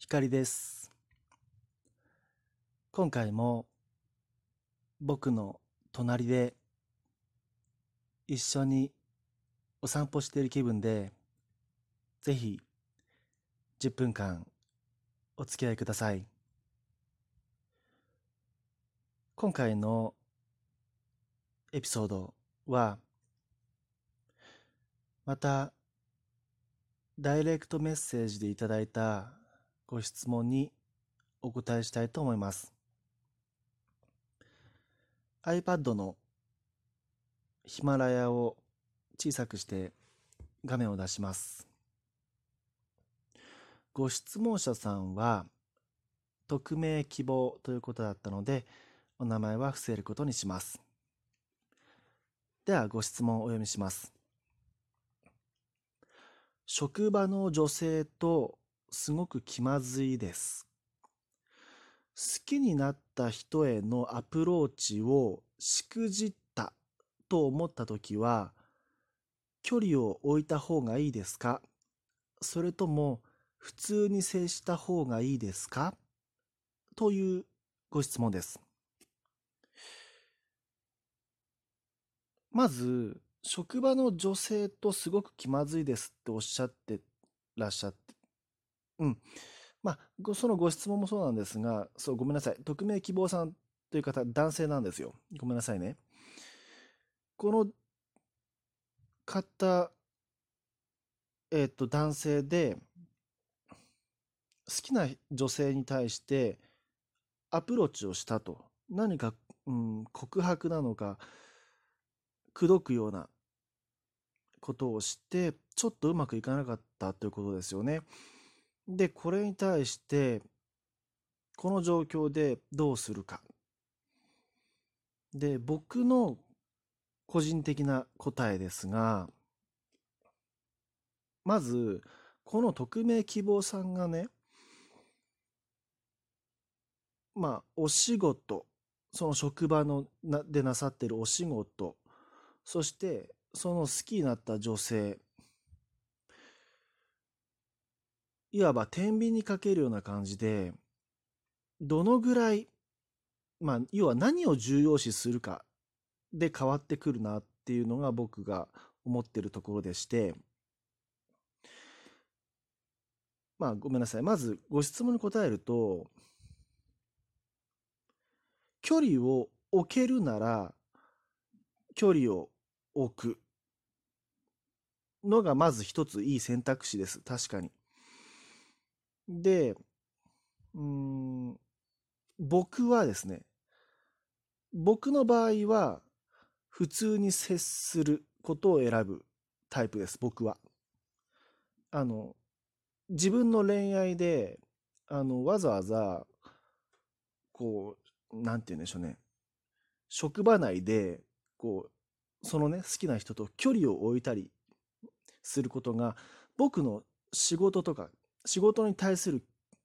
光です。今回も僕の隣で一緒にお散歩している気分で、ぜひ10分間お付き合いください。今回のエピソードは、またダイレクトメッセージでいただいたご質問にお答えしたいと思います。iPad のヒマラヤを小さくして画面を出します。ご質問者さんは匿名希望ということだったので、お名前は伏せることにします。では、ご質問をお読みします。職場の女性とすごく気まずいです。好きになった人へのアプローチをしくじったと思ったときは、距離を置いた方がいいですか？それとも普通に接した方がいいですか？というご質問です。まず、職場の女性とすごく気まずいですっておっしゃってらっしゃって、うん。まあ、そのご質問もそうなんですが、そう、ごめんなさい。匿名希望さんという方、男性なんですよ。ごめんなさいね。この方、男性で、好きな女性に対してアプローチをしたと。何か、告白なのか、口説くようなことをして、ちょっとうまくいかなかったということですよね。で、これに対して、この状況でどうするか。で、僕の個人的な答えですが、まず、この匿名希望さんがね、お仕事、その職場でなさっているお仕事、そして、その好きになった女性、いわば天秤にかけるような感じで、どのぐらい、要は何を重要視するかで変わってくるなっていうのが僕が思ってるところでして、ごめんなさい。まずご質問に答えると、距離を置けるなら距離を置くのがまず一ついい選択肢です。確かに。で、うーん、僕はですね、僕の場合は普通に接することを選ぶタイプです、僕は。あの、自分の恋愛で、わざわざ、こなんて言うんでしょうね、職場内で、そのね、好きな人と距離を置いたりすることが、僕の仕事とか、仕事に対する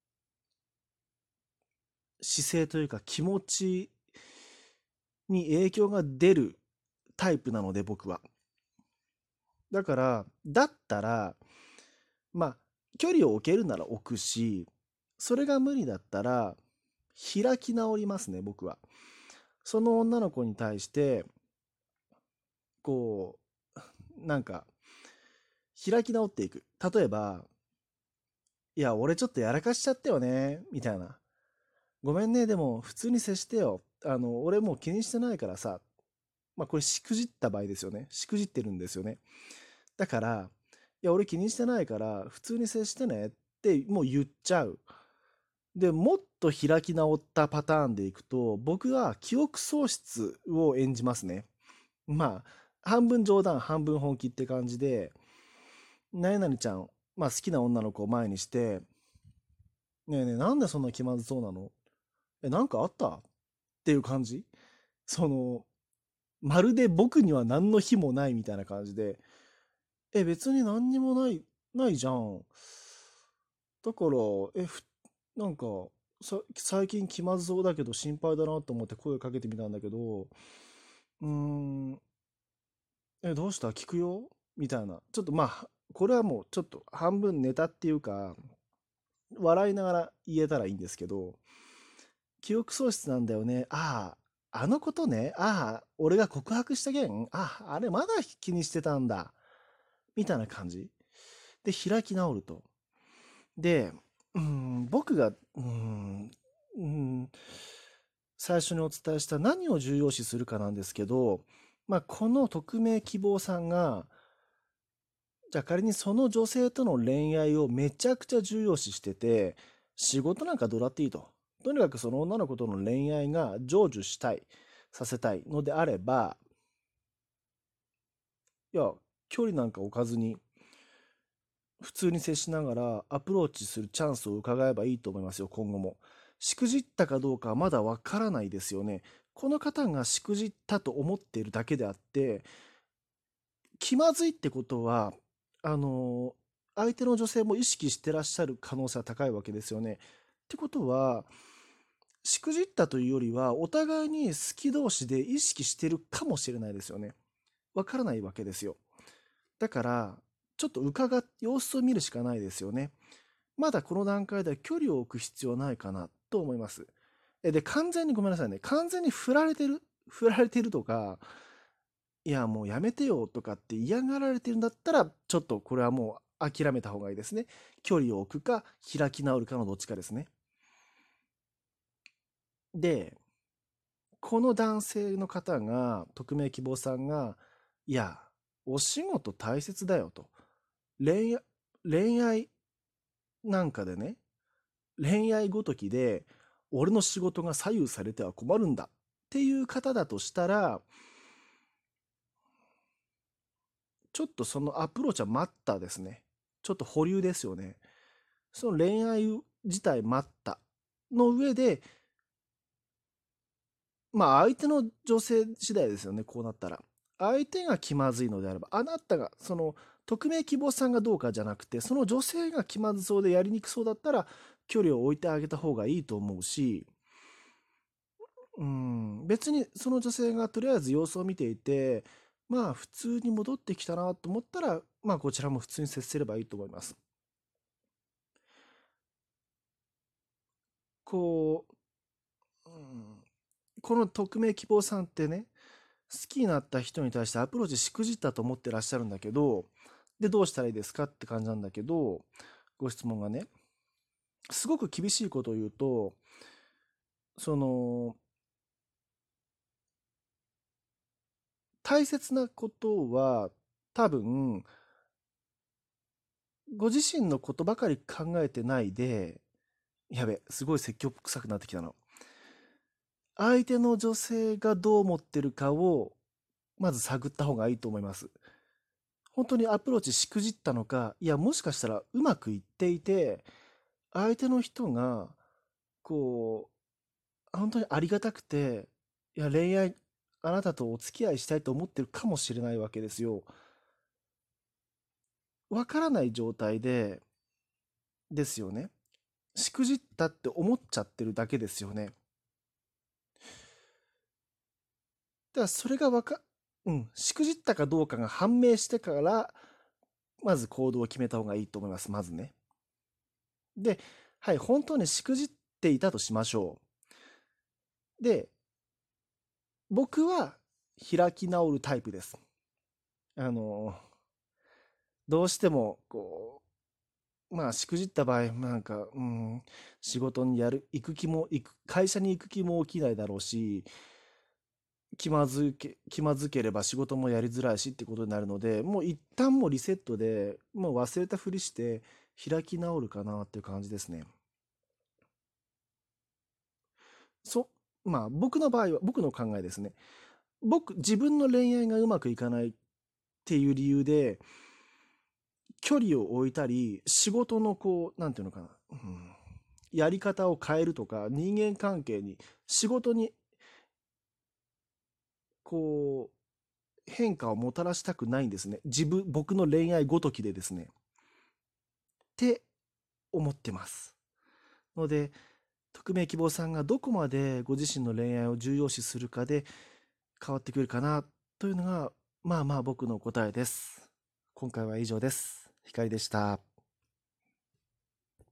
姿勢というか気持ちに影響が出るタイプなので、僕は。だから、だったら、まあ、距離を置けるなら置くし、それが無理だったら、開き直りますね、僕は。その女の子に対して、こなんか、開き直っていく。例えば、いや、俺ちょっとやらかしちゃったよね、みたいな。ごめんね、でも普通に接してよ。俺もう気にしてないからさ。これしくじった場合ですよね。しくじってるんですよね。だから、いや、俺気にしてないから普通に接してねってもう言っちゃう。で、もっと開き直ったパターンでいくと、僕は記憶喪失を演じますね。半分冗談、半分本気って感じで、何々ちゃん、好きな女の子を前にして、ねえねえ、なんでそんな気まずそうなの？なんかあったっていう感じ。その、まるで僕には何の日もないみたいな感じで、別に何にもないじゃん。だから、なんか、最近気まずそうだけど心配だなと思って声かけてみたんだけど、うーん、どうした？聞くよみたいな。ちょっとこれはもうちょっと半分ネタっていうか、 笑いながら言えたらいいんですけど、記憶喪失なんだよね。ああ、あのことね。ああ、俺が告白した件。ああ、あれまだ気にしてたんだ。みたいな感じ。で、開き直ると。で、僕が、うん、最初にお伝えした何を重要視するかなんですけど、まあ、この匿名希望さんが、じゃあ仮にその女性との恋愛をめちゃくちゃ重要視してて、仕事なんかどうだっていいと。とにかくその女の子との恋愛が成就したい、させたいのであれば、いや、距離なんか置かずに、普通に接しながらアプローチするチャンスを伺えばいいと思いますよ、今後も。しくじったかどうかはまだわからないですよね。この方がしくじったと思っているだけであって、気まずいってことは、あの、相手の女性も意識してらっしゃる可能性は高いわけですよね。ってことは、しくじったというよりは、お互いに好き同士で意識してるかもしれないですよね。わからないわけですよ。だから、ちょっと様子を見るしかないですよね。まだこの段階では距離を置く必要はないかなと思います。で、完全にごめんなさいね。完全に振られてるとか、いや、もうやめてよとかって嫌がられてるんだったら、ちょっとこれはもう諦めた方がいいですね。距離を置くか、開き直るかのどっちかですね。で、この男性の方が、匿名希望さんが、いや、お仕事大切だよと。恋愛、恋愛なんかでね、恋愛ごときで、俺の仕事が左右されては困るんだっていう方だとしたら、ちょっとそのアプローチは待ったですね。ちょっと保留ですよね。その恋愛自体待ったの上で、まあ相手の女性次第ですよね、こうなったら。相手が気まずいのであれば、あなたが、その匿名希望さんがどうかじゃなくて、その女性が気まずそうでやりにくそうだったら、距離を置いてあげた方がいいと思うし、別にその女性がとりあえず様子を見ていて、まあ普通に戻ってきたなと思ったら、まあこちらも普通に接すればいいと思います。こう、この匿名希望さんってね、好きになった人に対してアプローチしくじったと思ってらっしゃるんだけど、で、どうしたらいいですかって感じなんだけど、ご質問がね、すごく厳しいことを言うと、その、大切なことは、多分、ご自身のことばかり考えてないで、やべ、すごい説教臭くなってきたの。相手の女性がどう思ってるかを、まず探った方がいいと思います。本当にアプローチしくじったのか、いや、もしかしたらうまくいっていて、相手の人が、こ本当にありがたくて、いや、恋愛、あなたとお付き合いしたいと思ってるかもしれないわけですよ。わからない状態ですよね。しくじったって思っちゃってるだけですよね。だからそれがしくじったかどうかが判明してから、まず行動を決めた方がいいと思います。まずね。で、はい、本当にしくじっていたとしましょう。で、僕は開き直るタイプです。あの、どうしても、まあ、しくじった場合、なんか、仕事に会社に行く気も起きないだろうし、気まずければ仕事もやりづらいしってことになるので、もう一旦もうリセットで、もう忘れたふりして開き直るかなっていう感じですね。まあ僕の場合は、僕の考えですね。自分の恋愛がうまくいかないっていう理由で、距離を置いたり、仕事のなんていうのかな、やり方を変えるとか、人間関係に、仕事に、こ変化をもたらしたくないんですね。僕の恋愛ごときでですね。って思ってます。ので、匿名希望さんがどこまでご自身の恋愛を重要視するかで変わってくるかなというのが、まあまあ僕の答えです。今回は以上です。ひかりでした。